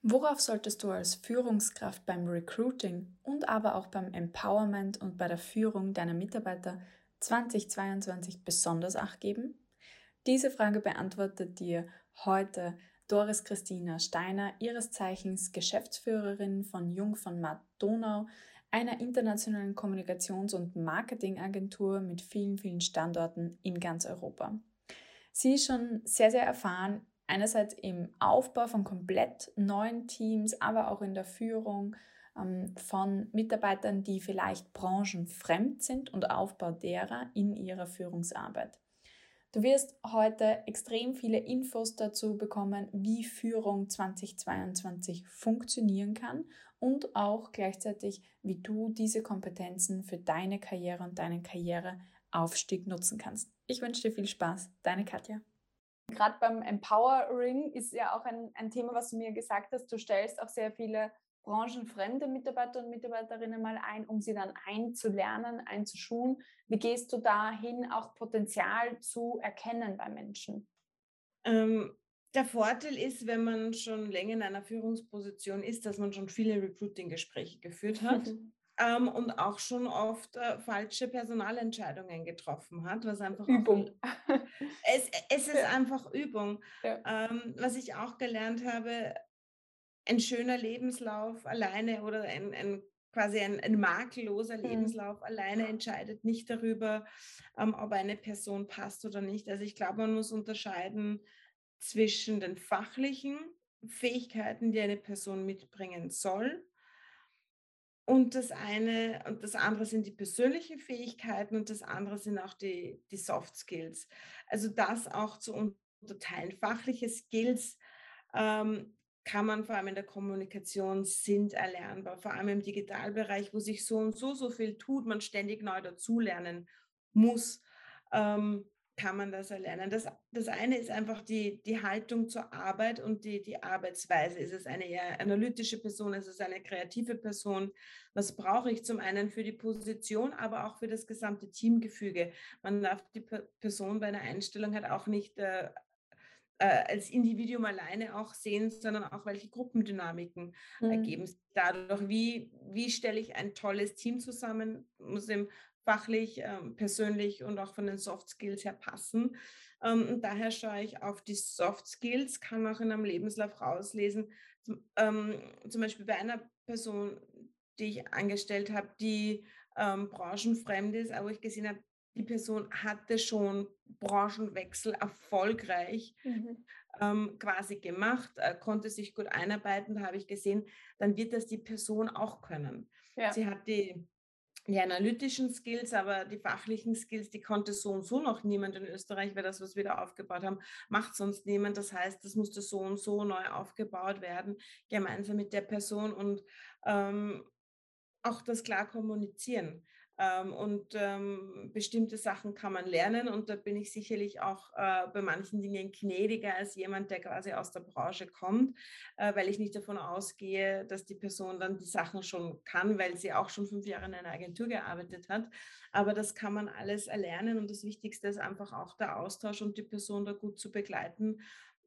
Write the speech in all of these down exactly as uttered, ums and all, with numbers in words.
Worauf solltest du als Führungskraft beim Recruiting und aber auch beim Empowerment und bei der Führung deiner Mitarbeiter zweitausendzweiundzwanzig besonders Acht geben? Diese Frage beantwortet dir heute Doris Christina Steiner, ihres Zeichens Geschäftsführerin von Jung von Matt Donau, einer internationalen Kommunikations- und Marketingagentur mit vielen, vielen Standorten in ganz Europa. Sie ist schon sehr, sehr erfahren, einerseits im Aufbau von komplett neuen Teams, aber auch in der Führung ähm, von Mitarbeitern, die vielleicht branchenfremd sind und Aufbau derer in ihrer Führungsarbeit. Du wirst heute extrem viele Infos dazu bekommen, wie Führung zweitausendzweiundzwanzig funktionieren kann und auch gleichzeitig, wie du diese Kompetenzen für deine Karriere und deinen Karriereaufstieg nutzen kannst. Ich wünsche dir viel Spaß. Deine Katja. Gerade beim Empowering ist ja auch ein, ein Thema, was du mir gesagt hast. Du stellst auch sehr viele branchenfremde Mitarbeiter und Mitarbeiterinnen mal ein, um sie dann einzulernen, einzuschulen. Wie gehst du dahin, auch Potenzial zu erkennen bei Menschen? Ähm, der Vorteil ist, wenn man schon länger in einer Führungsposition ist, dass man schon viele Recruiting-Gespräche geführt hat ähm, und auch schon oft äh, falsche Personalentscheidungen getroffen hat, was einfach Übung. Auch, es, es ist Ja. einfach Übung. Ja. Ähm, was ich auch gelernt habe, ein schöner Lebenslauf alleine oder ein, ein quasi ein, ein makelloser Lebenslauf mhm. alleine entscheidet nicht darüber, ähm, ob eine Person passt oder nicht. Also ich glaube, man muss unterscheiden zwischen den fachlichen Fähigkeiten, die eine Person mitbringen soll, und das eine und das andere sind die persönlichen Fähigkeiten und das andere sind auch die, die Soft Skills. Also das auch zu unterteilen. Fachliche Skills ähm, kann man vor allem in der Kommunikation, sind erlernbar, vor allem im Digitalbereich, wo sich so und so so viel tut, man ständig neu dazulernen muss, ähm, kann man das erlernen. Das, das eine ist einfach die, die Haltung zur Arbeit und die, die Arbeitsweise. Ist es eine eher analytische Person, ist es eine kreative Person? Was brauche ich zum einen für die Position, aber auch für das gesamte Teamgefüge? Man darf die Person bei einer Einstellung halt auch nicht äh, äh, als Individuum alleine auch sehen, sondern auch welche Gruppendynamiken mhm. ergeben sich dadurch. Wie, wie stelle ich ein tolles Team zusammen? Muss im fachlich, ähm, persönlich und auch von den Soft Skills her passen. Ähm, und daher schaue ich auf die Soft Skills, kann auch in einem Lebenslauf rauslesen, zum, ähm, zum Beispiel bei einer Person, die ich angestellt habe, die ähm, branchenfremd ist, aber wo ich gesehen habe, die Person hatte schon Branchenwechsel erfolgreich mhm. ähm, quasi gemacht, äh, konnte sich gut einarbeiten, da habe ich gesehen, dann wird das die Person auch können. Ja. Sie hat die, die analytischen Skills, aber die fachlichen Skills, die konnte so und so noch niemand in Österreich, weil das, was wir da aufgebaut haben, macht sonst niemand. Das heißt, das musste so und so neu aufgebaut werden, gemeinsam mit der Person und ähm, auch das klar kommunizieren. Ähm, und ähm, bestimmte Sachen kann man lernen und da bin ich sicherlich auch äh, bei manchen Dingen gnädiger als jemand, der quasi aus der Branche kommt, äh, weil ich nicht davon ausgehe, dass die Person dann die Sachen schon kann, weil sie auch schon fünf Jahre in einer Agentur gearbeitet hat. Aber das kann man alles erlernen und das Wichtigste ist einfach auch der Austausch und die Person da gut zu begleiten,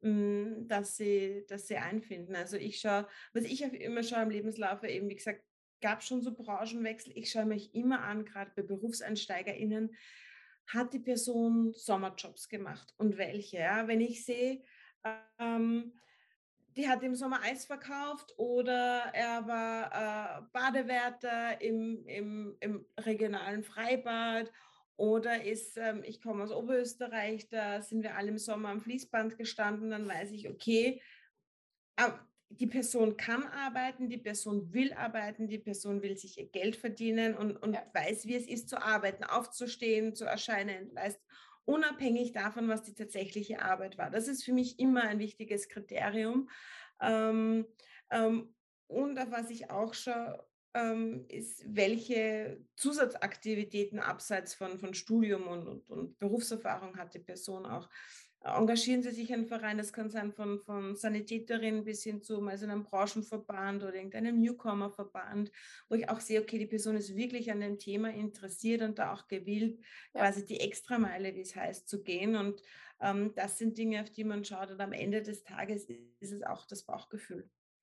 dass sie, dass sie einfinden. Also ich schaue, was ich immer schaue im Lebenslauf, eben wie gesagt, gab schon so Branchenwechsel. Ich schaue mich immer an, gerade bei BerufseinsteigerInnen, hat die Person Sommerjobs gemacht und welche? Ja? Wenn ich sehe, ähm, die hat im Sommer Eis verkauft oder er war äh, Badewärter im, im, im regionalen Freibad oder ist, ähm, ich komme aus Oberösterreich, da sind wir alle im Sommer am Fließband gestanden, dann weiß ich, okay, aber die Person kann arbeiten, die Person will arbeiten, die Person will sich ihr Geld verdienen und, und ja. weiß, wie es ist zu arbeiten, aufzustehen, zu erscheinen, leisten, unabhängig davon, was die tatsächliche Arbeit war. Das ist für mich immer ein wichtiges Kriterium. Ähm, ähm, und auf was ich auch schaue, ähm, ist, welche Zusatzaktivitäten abseits von, von Studium und, und, und Berufserfahrung hat die Person auch. Engagieren Sie sich in einem Verein, das kann sein von, von Sanitäterin bis hin zu mal so einem Branchenverband oder irgendeinem Newcomer-Verband, wo ich auch sehe, okay, die Person ist wirklich an dem Thema interessiert und da auch gewillt, ja. quasi die Extrameile, wie es heißt, zu gehen. Und ähm, das sind Dinge, auf die man schaut. Und am Ende des Tages ist es auch das Bauchgefühl.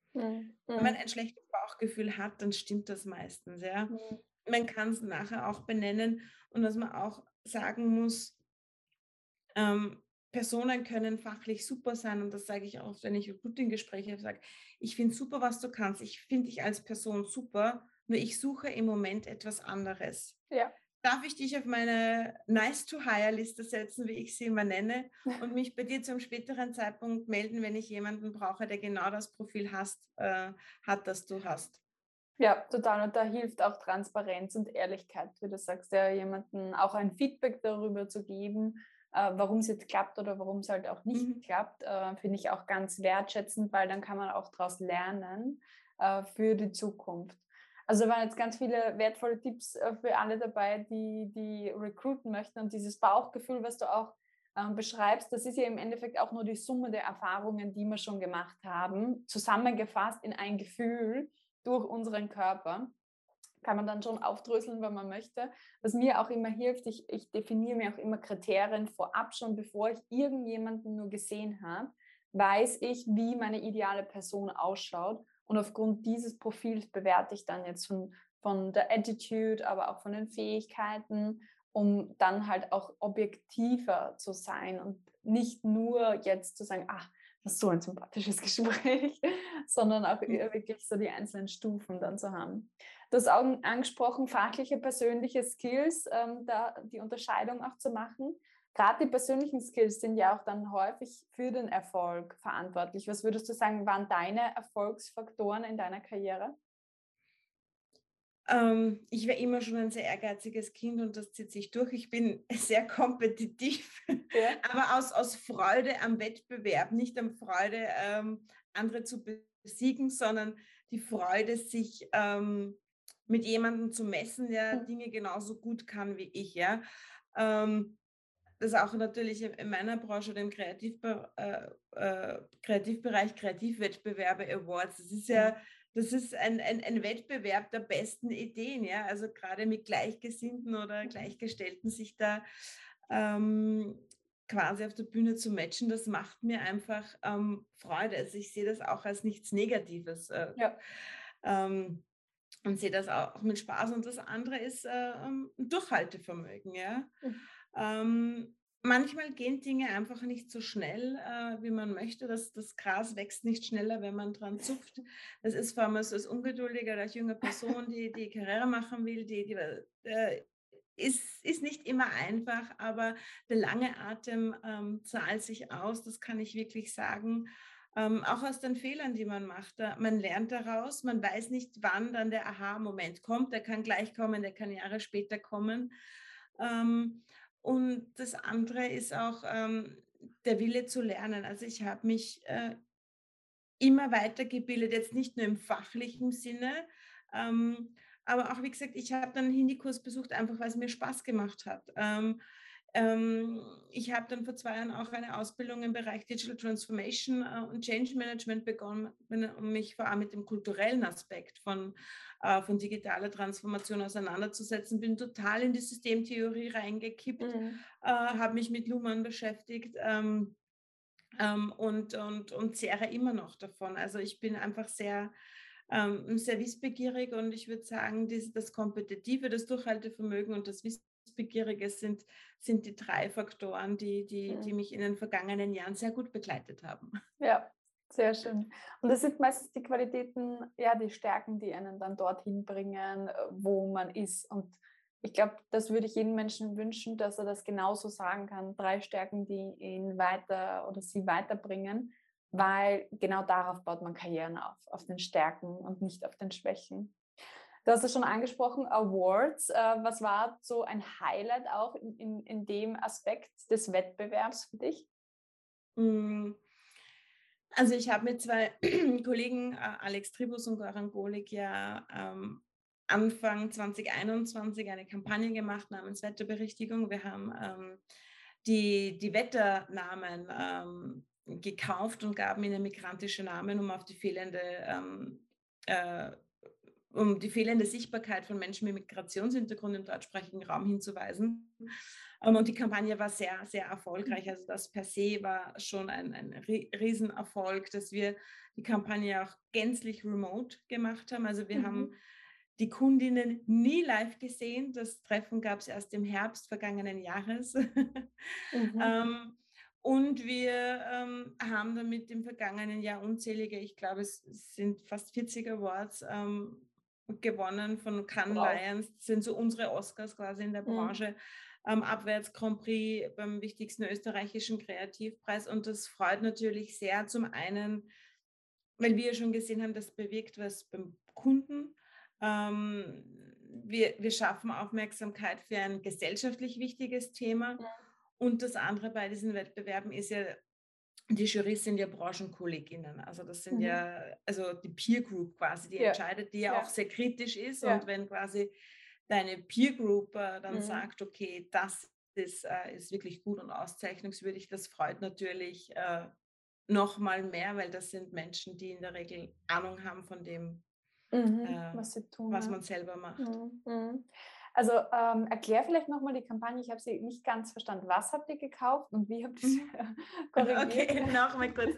Mhm. Wenn man Mhm. ein schlechtes Bauchgefühl hat, dann stimmt das meistens, ja. Mhm. Man kann es nachher auch benennen und was man auch sagen muss, ähm, Personen können fachlich super sein und das sage ich auch, wenn ich Recruiting-Gespräche sage, ich finde super, was du kannst. Ich finde dich als Person super, nur ich suche im Moment etwas anderes. Ja. Darf ich dich auf meine Nice-to-Hire-Liste setzen, wie ich sie immer nenne, und mich bei dir zum späteren Zeitpunkt melden, wenn ich jemanden brauche, der genau das Profil hast, äh, hat, das du hast? Ja, total. Und da hilft auch Transparenz und Ehrlichkeit, wie du sagst, ja, jemanden auch ein Feedback darüber zu geben, äh, warum es jetzt klappt oder warum es halt auch nicht Mhm. klappt, äh, finde ich auch ganz wertschätzend, weil dann kann man auch daraus lernen äh, für die Zukunft. Also da waren jetzt ganz viele wertvolle Tipps äh, für alle dabei, die, die recruiten möchten. Und dieses Bauchgefühl, was du auch ähm, beschreibst, das ist ja im Endeffekt auch nur die Summe der Erfahrungen, die wir schon gemacht haben, zusammengefasst in ein Gefühl durch unseren Körper. Kann man dann schon aufdröseln, wenn man möchte. Was mir auch immer hilft, ich, ich definiere mir auch immer Kriterien vorab, schon bevor ich irgendjemanden nur gesehen habe, weiß ich, wie meine ideale Person ausschaut. Und aufgrund dieses Profils bewerte ich dann jetzt von, von der Attitude, aber auch von den Fähigkeiten, um dann halt auch objektiver zu sein und nicht nur jetzt zu sagen, ach, das ist so ein sympathisches Gespräch, sondern auch Mhm. wirklich so die einzelnen Stufen dann zu haben. Du hast auch angesprochen, fachliche, persönliche Skills, ähm, da die Unterscheidung auch zu machen. Gerade die persönlichen Skills sind ja auch dann häufig für den Erfolg verantwortlich. Was würdest du sagen, waren deine Erfolgsfaktoren in deiner Karriere? Ähm, ich war immer schon ein sehr ehrgeiziges Kind und das zieht sich durch. Ich bin sehr kompetitiv, Ja. aber aus, aus Freude am Wettbewerb, nicht am Freude, ähm, andere zu besiegen, sondern die Freude, sich ähm, mit jemandem zu messen, der Hm. Dinge genauso gut kann wie ich. Ja? Ähm, das auch natürlich in in meiner Branche oder im Kreativbe äh, äh, Kreativbereich, Kreativwettbewerbe, Awards. Das ist Hm. ja, das ist ein, ein, ein Wettbewerb der besten Ideen, ja. Also gerade mit Gleichgesinnten oder Mhm. Gleichgestellten sich da ähm, quasi auf der Bühne zu matchen, das macht mir einfach ähm, Freude. Also ich sehe das auch als nichts Negatives äh, Ja. ähm, und sehe das auch mit Spaß. Und das andere ist äh, ähm, ein Durchhaltevermögen, ja. Mhm. Ähm, manchmal gehen Dinge einfach nicht so schnell, äh, wie man möchte. Das, das Gras wächst nicht schneller, wenn man dran zupft. Das ist vor allem so als ungeduldige oder als junge Person, die die Karriere machen will, die, die äh, ist, ist nicht immer einfach, aber der lange Atem ähm, zahlt sich aus, das kann ich wirklich sagen. Ähm, auch aus den Fehlern, die man macht. Da, man lernt daraus, man weiß nicht, wann dann der Aha-Moment kommt. Der kann gleich kommen, der kann Jahre später kommen. Ähm, und das andere ist auch ähm, der Wille zu lernen. Also ich habe mich äh, immer weitergebildet, jetzt nicht nur im fachlichen Sinne, ähm, aber auch, wie gesagt, ich habe dann einen Hindi-Kurs besucht, einfach weil es mir Spaß gemacht hat. Ähm, ähm, ich habe dann vor zwei Jahren auch eine Ausbildung im Bereich Digital Transformation äh, und Change Management begonnen, um mich vor allem mit dem kulturellen Aspekt von, äh, von digitaler Transformation auseinanderzusetzen. Bin total in die Systemtheorie reingekippt, Mhm. äh, habe mich mit Luhmann beschäftigt. Ähm, ähm, und, und, und zehre immer noch davon. Also ich bin einfach sehr, ähm, sehr wissbegierig und ich würde sagen, das, das Kompetitive, das Durchhaltevermögen und das Wissbegierige sind, sind die drei Faktoren, die, die, die Mhm. mich in den vergangenen Jahren sehr gut begleitet haben. Ja, sehr schön. Und das sind meistens die Qualitäten, ja, die Stärken, die einen dann dorthin bringen, äh, wo man ist. Und ich glaube, das würde ich jedem Menschen wünschen, dass er das genauso sagen kann. Drei Stärken, die ihn weiter oder sie weiterbringen, weil genau darauf baut man Karrieren auf, auf den Stärken und nicht auf den Schwächen. Du hast es schon angesprochen, Awards. Äh, was war so ein Highlight auch in, in, in dem Aspekt des Wettbewerbs für dich? Mm, Also ich habe mit zwei Kollegen, äh, Alex Tribus und Goran Golik, ja ähm, Anfang zwanzig einundzwanzig eine Kampagne gemacht namens Wetterberichtigung. Wir haben ähm, die, die Wetternamen ähm, gekauft und gaben ihnen migrantische Namen, um auf die fehlende ähm, äh, um die fehlende Sichtbarkeit von Menschen mit Migrationshintergrund im deutschsprachigen Raum hinzuweisen. Ähm, und die Kampagne war sehr, sehr erfolgreich. Also das per se war schon ein, ein Riesenerfolg, dass wir die Kampagne auch gänzlich remote gemacht haben. Also wir mhm. haben die Kundinnen nie live gesehen. Das Treffen gab es erst im Herbst vergangenen Jahres. Mhm. ähm, und wir ähm, haben damit im vergangenen Jahr unzählige, ich glaube, es sind fast vierzig Awards ähm, gewonnen von Cannes wow. Lions. Das sind so unsere Oscars quasi in der Branche. Mhm. Ähm, Abwärts Grand Prix beim wichtigsten österreichischen Kreativpreis. Und das freut natürlich sehr. Zum einen, weil wir schon gesehen haben, das bewirkt was beim Kunden. Ähm, wir, wir schaffen Aufmerksamkeit für ein gesellschaftlich wichtiges Thema. Ja. Und das andere bei diesen Wettbewerben ist ja, die Jurys sind ja Branchenkolleginnen. Also das sind mhm. ja, also die Peer Group quasi, die ja. entscheidet, die ja, ja auch sehr kritisch ist. Ja. Und wenn quasi deine Peer Group äh, dann mhm. sagt, okay, das ist, äh, ist wirklich gut und auszeichnungswürdig, das freut natürlich äh, noch mal mehr, weil das sind Menschen, die in der Regel Ahnung haben von dem, mhm, äh, was, sie tun, was ja. man selber macht. Mhm. Also ähm, erklär vielleicht nochmal die Kampagne. Ich habe sie nicht ganz verstanden. Was habt ihr gekauft und wie habt ihr sie mhm. korrigiert? Okay, nochmal kurz.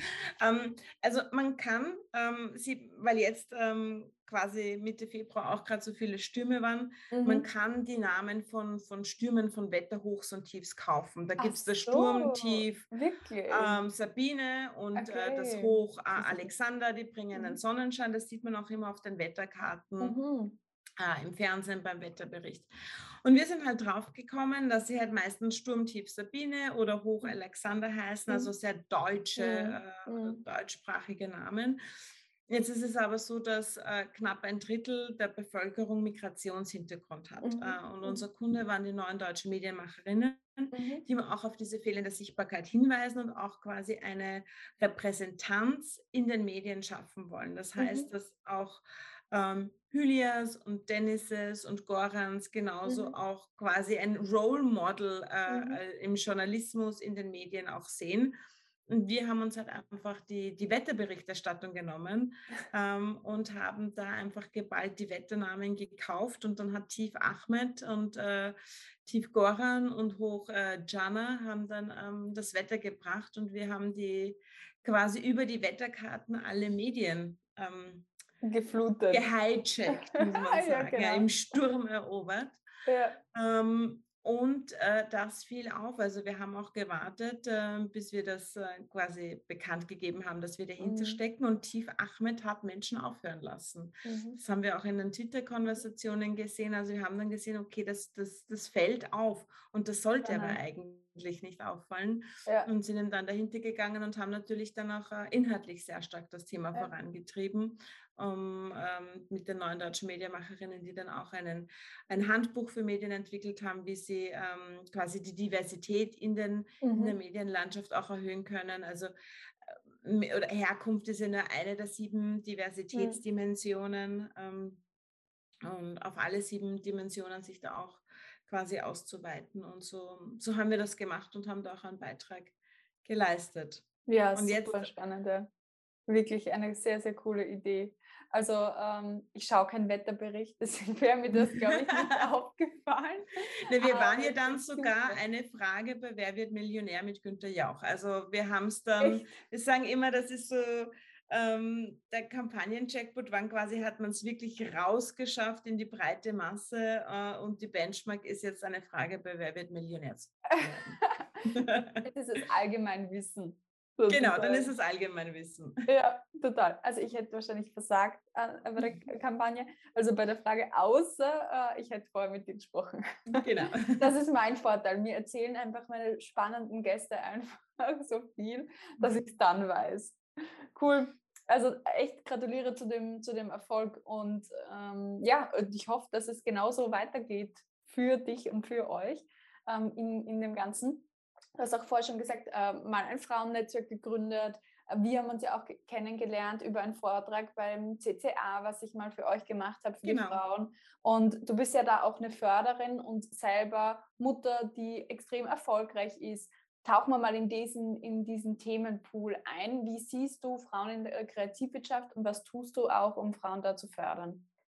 ähm, also man kann, ähm, sie, weil jetzt ähm, quasi Mitte Februar auch gerade so viele Stürme waren, mhm. man kann die Namen von, von Stürmen von Wetterhochs und Tiefs kaufen. Da gibt es das so, Sturmtief ähm, Sabine und okay. äh, das Hoch äh, Alexander, die bringen mhm. einen Sonnenschein. Das sieht man auch immer auf den Wetterkarten. Mhm. Äh, im Fernsehen beim Wetterbericht. Und wir sind halt drauf gekommen, dass sie halt meistens Sturmtief Sabine oder Hoch Alexander heißen, also sehr deutsche, äh, mhm. deutschsprachige Namen. Jetzt ist es aber so, dass äh, knapp ein Drittel der Bevölkerung Migrationshintergrund hat. Mhm. Äh, und unser Kunde waren die neuen deutschen Medienmacherinnen, mhm. die auch auf diese fehlende Sichtbarkeit hinweisen und auch quasi eine Repräsentanz in den Medien schaffen wollen. Das heißt, mhm. dass auch ähm, Hylias und Dennises und Gorans genauso mhm. auch quasi ein Role Model äh, mhm. im Journalismus, in den Medien auch sehen. Und wir haben uns halt einfach die, die Wetterberichterstattung genommen ähm, und haben da einfach geballt die Wetternamen gekauft. Und dann hat Tief Ahmed und äh, Tief Goran und Hoch äh, Jana haben dann ähm, das Wetter gebracht. Und wir haben die quasi über die Wetterkarten alle Medien ähm, geflutet. Gehijackt, muss man sagen, ja, genau. ja, im Sturm erobert. Ja. Ähm, und äh, das fiel auf. Also wir haben auch gewartet, äh, bis wir das äh, quasi bekannt gegeben haben, dass wir dahinter mhm. stecken. Und Tief Ahmed hat Menschen aufhören lassen. Mhm. Das haben wir auch in den Twitter-Konversationen gesehen. Also wir haben dann gesehen, okay, das, das, das fällt auf. Und das sollte mhm. aber eigentlich nicht auffallen. Ja. Und sind dann dahinter gegangen und haben natürlich dann auch äh, inhaltlich sehr stark das Thema ja. vorangetrieben. Um, ähm, mit den neuen deutschen Medienmacherinnen, die dann auch einen, ein Handbuch für Medien entwickelt haben, wie sie ähm, quasi die Diversität in, den, mhm. in der Medienlandschaft auch erhöhen können. Also äh, oder Herkunft ist ja nur eine der sieben Diversitätsdimensionen mhm. ähm, und auf alle sieben Dimensionen sich da auch quasi auszuweiten. Und so, so haben wir das gemacht und haben da auch einen Beitrag geleistet. Ja, und super jetzt, spannend. Ja. Wirklich eine sehr, sehr coole Idee. Also ähm, ich schaue keinen Wetterbericht, deswegen wäre mir das, glaube ich, nicht aufgefallen. Ne, wir waren ja dann sogar super. Eine Frage bei Wer wird Millionär mit Günther Jauch. Also wir haben es dann, echt? Wir sagen immer, das ist so ähm, der Kampagnen-Jackpot, wann quasi hat man es wirklich rausgeschafft in die breite Masse äh, und die Benchmark ist jetzt eine Frage bei Wer wird Millionär zu werden. Das ist Allgemeinwissen. Sozusagen. Genau, dann ist es Allgemeinwissen. Ja, total. Also ich hätte wahrscheinlich versagt äh, bei der Kampagne. Also bei der Frage außer, äh, ich hätte vorher mit dir gesprochen. Genau. Das ist mein Vorteil. Mir erzählen einfach meine spannenden Gäste einfach so viel, dass ich es dann weiß. Cool. Also echt gratuliere zu dem, zu dem Erfolg und ähm, ja, ich hoffe, dass es genauso weitergeht für dich und für euch ähm, in, in dem Ganzen. Du hast auch vorher schon gesagt, äh, mal ein Frauennetzwerk gegründet. Wir haben uns ja auch kennengelernt über einen Vortrag beim C C A, was ich mal für euch gemacht habe, für genau. die Frauen. Und du bist ja da auch eine Förderin und selber Mutter, die extrem erfolgreich ist. Tauchen wir mal in diesen, in diesen Themenpool ein. Wie siehst du Frauen in der Kreativwirtschaft und was tust du auch, um Frauen da zu fördern?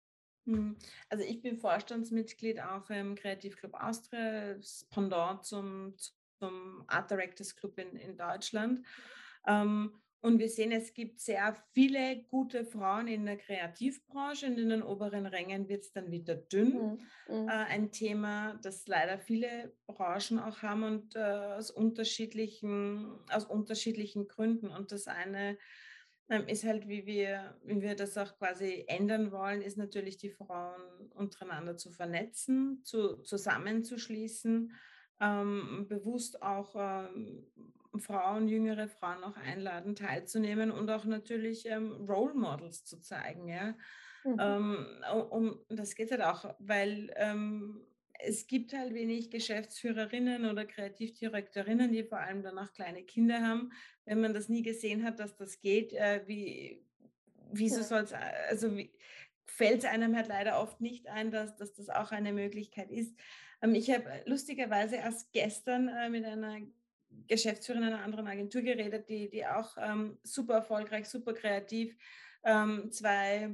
Hm. Also ich bin Vorstandsmitglied auch im Kreativclub Austria, das Pendant zum, zum Art Directors Club in, in Deutschland. Ähm, und wir sehen, es gibt sehr viele gute Frauen in der Kreativbranche. Und in den oberen Rängen wird es dann wieder dünn. Mhm. Äh, Mhm. ein Thema, das leider viele Branchen auch haben und äh, aus unterschiedlichen, aus unterschiedlichen Gründen. Und das eine ähm, ist halt, wie wir, wie wir das auch quasi ändern wollen, ist natürlich die Frauen untereinander zu vernetzen, zu, zusammenzuschließen, ähm, bewusst auch ähm, Frauen, jüngere Frauen auch einladen, teilzunehmen und auch natürlich ähm, Role Models zu zeigen. Ja? Mhm. Ähm, um, das geht halt auch, weil ähm, es gibt halt wenig Geschäftsführerinnen oder Kreativdirektorinnen, die vor allem dann auch kleine Kinder haben. Wenn man das nie gesehen hat, dass das geht, äh, wie, wieso Mhm. soll es, also wie, fällt es einem halt leider oft nicht ein, dass, dass das auch eine Möglichkeit ist. Ähm, ich habe lustigerweise erst gestern äh, mit einer Geschäftsführerin einer anderen Agentur geredet, die, die auch ähm, super erfolgreich, super kreativ ähm, zwei,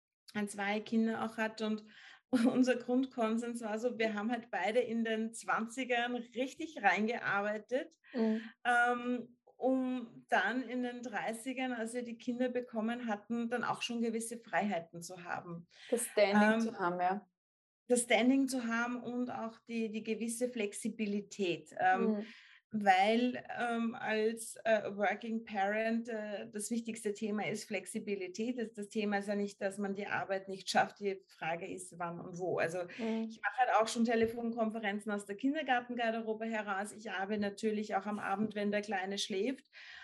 zwei Kinder auch hat und unser Grundkonsens war so, wir haben halt beide in den Zwanzigern richtig reingearbeitet, Mhm. ähm, um dann in den Dreißigern, als wir die Kinder bekommen hatten, dann auch schon gewisse Freiheiten zu haben. Das Standing zu Ähm, haben, ja. das Standing zu haben und auch die, die gewisse Flexibilität. Ähm, Mhm. weil ähm, als äh, Working Parent äh, das wichtigste Thema ist Flexibilität. Das, das Thema ist ja nicht, dass man die Arbeit nicht schafft. Die Frage ist, wann und wo. Also Mhm. ich mache halt auch schon Telefonkonferenzen aus der Kindergartengarderobe heraus. Ich arbeite natürlich auch am Abend, wenn der Kleine schläft.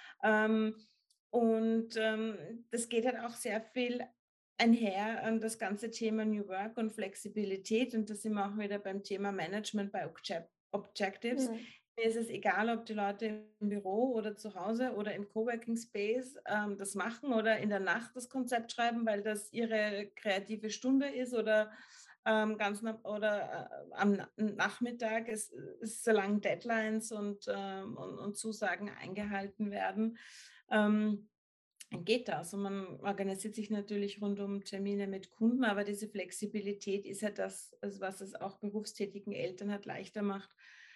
Ähm, und ähm, das geht halt auch sehr viel einher an das ganze Thema New Work und Flexibilität. Und da sind wir auch wieder beim Thema Management bei Object Objectives. Mhm. Mir ist es egal, ob die Leute im Büro oder zu Hause oder im Coworking Space ähm, das machen oder in der Nacht das Konzept schreiben, weil das ihre kreative Stunde ist oder ähm, ganz oder äh, am Nachmittag, es, es, solange Deadlines und, ähm, und, und Zusagen eingehalten werden. Ähm, geht das. Und man organisiert sich natürlich rund um Termine mit Kunden, aber diese Flexibilität ist ja das, was es auch berufstätigen Eltern halt leichter macht,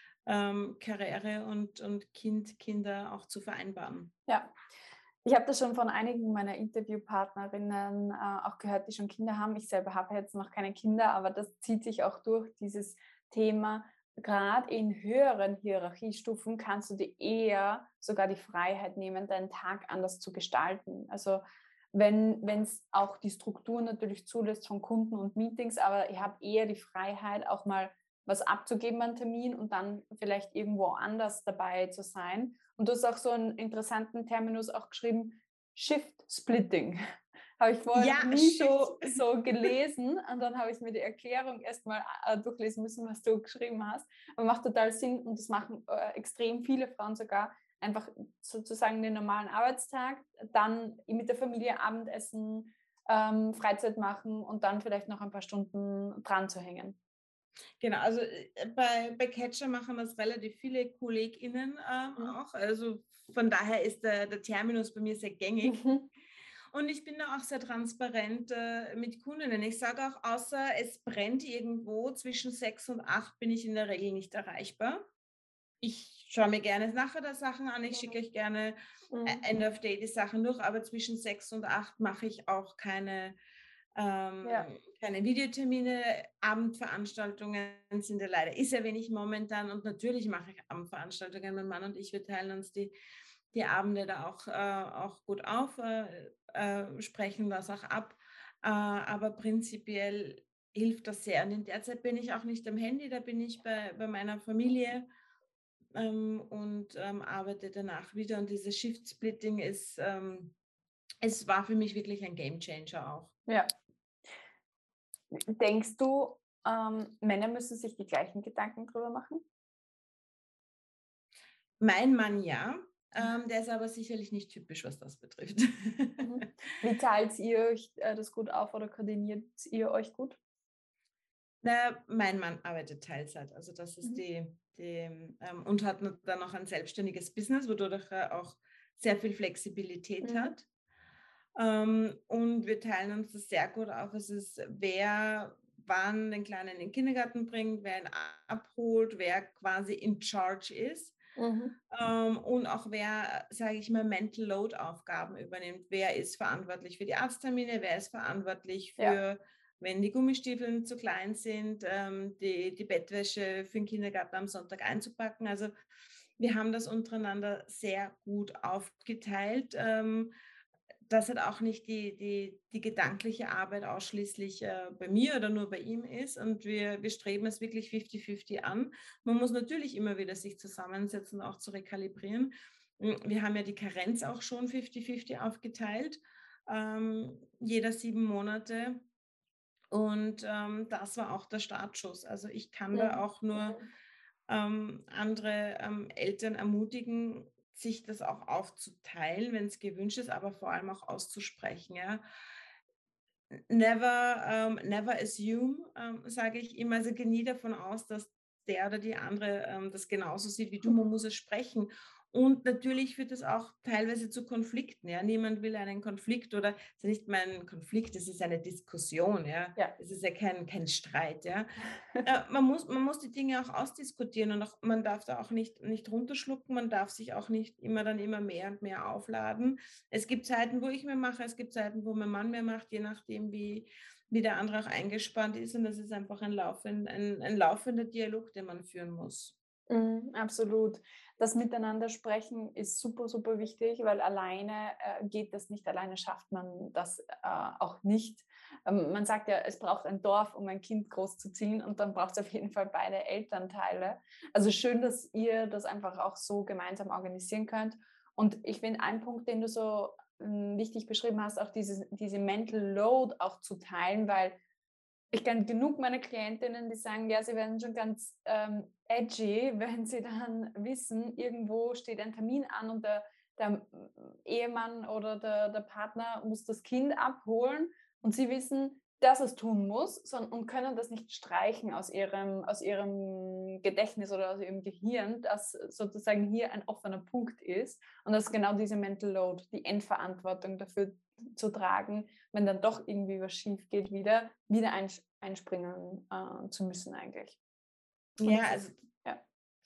ähm, Karriere und, und Kind, Kinder auch zu vereinbaren. Ja, ich habe das schon von einigen meiner Interviewpartnerinnen äh, auch gehört, die schon Kinder haben. Ich selber habe jetzt noch keine Kinder, aber das zieht sich auch durch, dieses Thema. Gerade in höheren Hierarchiestufen kannst du dir eher sogar die Freiheit nehmen, deinen Tag anders zu gestalten. Also wenn es auch die Struktur natürlich zulässt von Kunden und Meetings, aber ich habe eher die Freiheit, auch mal was abzugeben an Termin und dann vielleicht irgendwo anders dabei zu sein. Und du hast auch so einen interessanten Terminus auch geschrieben, Shift Splitting. Habe ich vorher noch Ja, nie Shift. so, so gelesen und dann habe ich mir die Erklärung erstmal äh, durchlesen müssen, was du geschrieben hast. Aber macht total Sinn und das machen äh, extrem viele Frauen sogar. Einfach sozusagen den normalen Arbeitstag, dann mit der Familie Abendessen, ähm, Freizeit machen und dann vielleicht noch ein paar Stunden dran zu hängen. Genau, also äh, bei, bei Catcher machen das relativ viele KollegInnen ähm, Mhm. auch. Also von daher ist der, der Terminus bei mir sehr gängig. Mhm. Und ich bin da auch sehr transparent äh, mit Kundinnen. Ich sage auch, außer es brennt irgendwo zwischen sechs und acht bin ich in der Regel nicht erreichbar. Ich schaue mir gerne nachher der Sachen an. Ich schicke euch gerne äh, Mhm. End of Day die Sachen durch, aber zwischen sechs und acht mache ich auch keine, ähm, Ja. keine Videotermine. Abendveranstaltungen sind ja leider, ist ja wenig momentan und natürlich mache ich Abendveranstaltungen. Mein Mann und ich, wir teilen uns die, die Abende da auch, äh, auch gut auf, äh, äh, sprechen das auch ab. Äh, aber prinzipiell hilft das sehr. Und in der Zeit bin ich auch nicht am Handy, da bin ich bei, bei meiner Familie ähm, und ähm, arbeite danach wieder. Und dieses Shift-Splitting ist, ähm, es war für mich wirklich ein Game-Changer auch. Ja. Denkst du, ähm, Männer müssen sich die gleichen Gedanken drüber machen? Mein Mann ja, ähm, der ist aber sicherlich nicht typisch, was das betrifft. Mhm. Wie teilt ihr euch äh, das gut auf oder koordiniert ihr euch gut? Na, mein Mann arbeitet Teilzeit, also das ist Mhm. die, die ähm, und hat dann noch ein selbstständiges Business, wodurch er auch sehr viel Flexibilität Mhm. hat. Ähm, und wir teilen uns das sehr gut auf. Es ist, wer wann den Kleinen in den Kindergarten bringt, wer ihn abholt, wer quasi in charge ist. Mhm. Ähm, und auch wer, sage ich mal, Mental Load Aufgaben übernimmt. Wer ist verantwortlich für die Arzttermine, wer ist verantwortlich für, ja. wenn die Gummistiefel zu klein sind, ähm, die, die Bettwäsche für den Kindergarten am Sonntag einzupacken. Also wir haben das untereinander sehr gut aufgeteilt. Ähm, dass halt auch nicht die, die, die gedankliche Arbeit ausschließlich äh, bei mir oder nur bei ihm ist. Und wir, wir streben es wirklich fifty fifty an. Man muss natürlich immer wieder sich zusammensetzen, auch zu rekalibrieren. Wir haben ja die Karenz auch schon fifty fifty aufgeteilt, ähm, jeder sieben Monate. Und ähm, das war auch der Startschuss. Also ich kann mhm. da auch nur ähm, andere ähm, Eltern ermutigen, sich das auch aufzuteilen, wenn es gewünscht ist, aber vor allem auch auszusprechen. Ja. Never, um, never assume, um, sage ich immer. Also geh nie davon aus, dass der oder die andere um, das genauso sieht wie du. Man muss es sprechen. Und natürlich führt das auch teilweise zu Konflikten. Ja? Niemand will einen Konflikt oder es ist nicht mal ein Konflikt, es ist eine Diskussion. Ja? Ja. Es ist ja kein, kein Streit. Ja? äh, man, muss, man muss die Dinge auch ausdiskutieren und auch, man darf da auch nicht, nicht runterschlucken, man darf sich auch nicht immer dann immer mehr und mehr aufladen. Es gibt Zeiten, wo ich mehr mache, es gibt Zeiten, wo mein Mann mehr macht, je nachdem, wie, wie der andere auch eingespannt ist. Und das ist einfach ein, laufend, ein, ein laufender Dialog, den man führen muss. Mm, absolut. Das Miteinander sprechen ist super, super wichtig, weil alleine äh, geht das nicht, alleine schafft man das äh, auch nicht. Ähm, man sagt ja, es braucht ein Dorf, um ein Kind großzuziehen und dann braucht es auf jeden Fall beide Elternteile. Also schön, dass ihr das einfach auch so gemeinsam organisieren könnt. Und ich finde, ein Punkt, den du so ähm, wichtig beschrieben hast, auch diese, diese Mental Load auch zu teilen, weil ich kenne genug meine Klientinnen, die sagen, ja, sie werden schon ganz ähm, edgy, wenn sie dann wissen, irgendwo steht ein Termin an und der, der Ehemann oder der, der Partner muss das Kind abholen und sie wissen, dass es tun muss sondern, und können das nicht streichen aus ihrem, aus ihrem Gedächtnis oder aus ihrem Gehirn, dass sozusagen hier ein offener Punkt ist und das ist genau diese Mental Load, die Endverantwortung dafür zu tragen, wenn dann doch irgendwie was schief geht, wieder, wieder einspringen äh, zu müssen eigentlich. Und ja, also ja.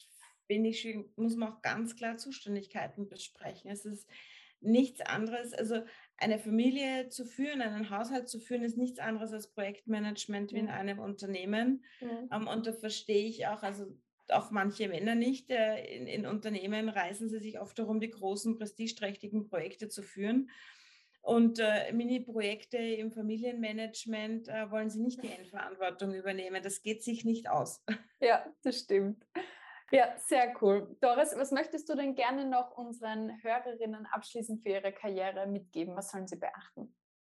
Bin ich schön, muss man auch ganz klar Zuständigkeiten besprechen. Es ist nichts anderes, also eine Familie zu führen, einen Haushalt zu führen, ist nichts anderes als Projektmanagement wie in einem Unternehmen. Mhm. Um, und da verstehe ich auch, also auch manche Männer nicht, äh, in, in Unternehmen reißen sie sich oft darum, die großen, prestigeträchtigen Projekte zu führen. Und äh, Mini-Projekte im Familienmanagement äh, wollen sie nicht die Endverantwortung übernehmen. Das geht sich nicht aus. Ja, das stimmt. Ja, sehr cool. Doris, was möchtest du denn gerne noch unseren Hörerinnen abschließend für ihre Karriere mitgeben? Was sollen sie beachten?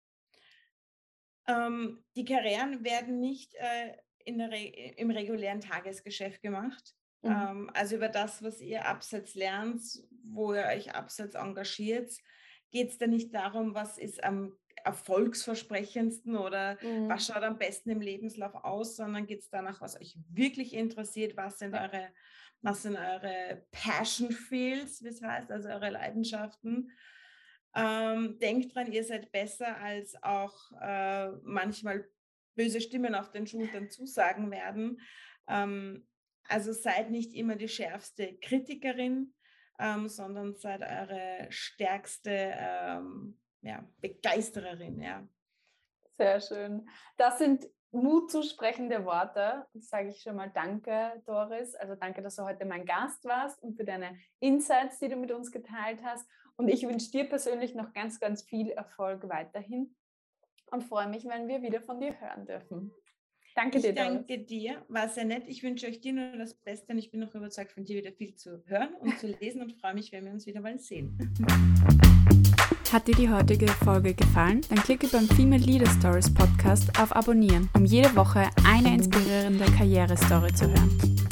Ähm, die Karrieren werden nicht äh, in der Re- im regulären Tagesgeschäft gemacht. Mhm. Ähm, also über das, was ihr abseits lernt, wo ihr euch abseits engagiert, geht es da nicht darum, was ist am erfolgsversprechendsten oder mhm. was schaut am besten im Lebenslauf aus, sondern geht es danach, was euch wirklich interessiert, was sind ja. eure, was sind eure Passion Fields, wie es heißt, also eure Leidenschaften. Ähm, denkt dran, ihr seid besser, als auch äh, manchmal böse Stimmen auf den Schultern zusagen werden. Ähm, also seid nicht immer die schärfste Kritikerin, Ähm, sondern seid eure stärkste ähm, ja, Begeistererin. Ja. Sehr schön. Das sind mutzusprechende Worte. Das sage ich schon mal danke, Doris. Also danke, dass du heute mein Gast warst und für deine Insights, die du mit uns geteilt hast. Und ich wünsche dir persönlich noch ganz, ganz viel Erfolg weiterhin und freue mich, wenn wir wieder von dir hören dürfen. Danke ich dir, danke Doris. dir, war sehr nett. Ich wünsche euch dir nur das Beste und ich bin noch überzeugt, von dir wieder viel zu hören und zu lesen und freue mich, wenn wir uns wieder mal sehen. Hat dir die heutige Folge gefallen? Dann klicke beim Female Leader Stories Podcast auf Abonnieren, um jede Woche eine inspirierende Karrierestory zu hören.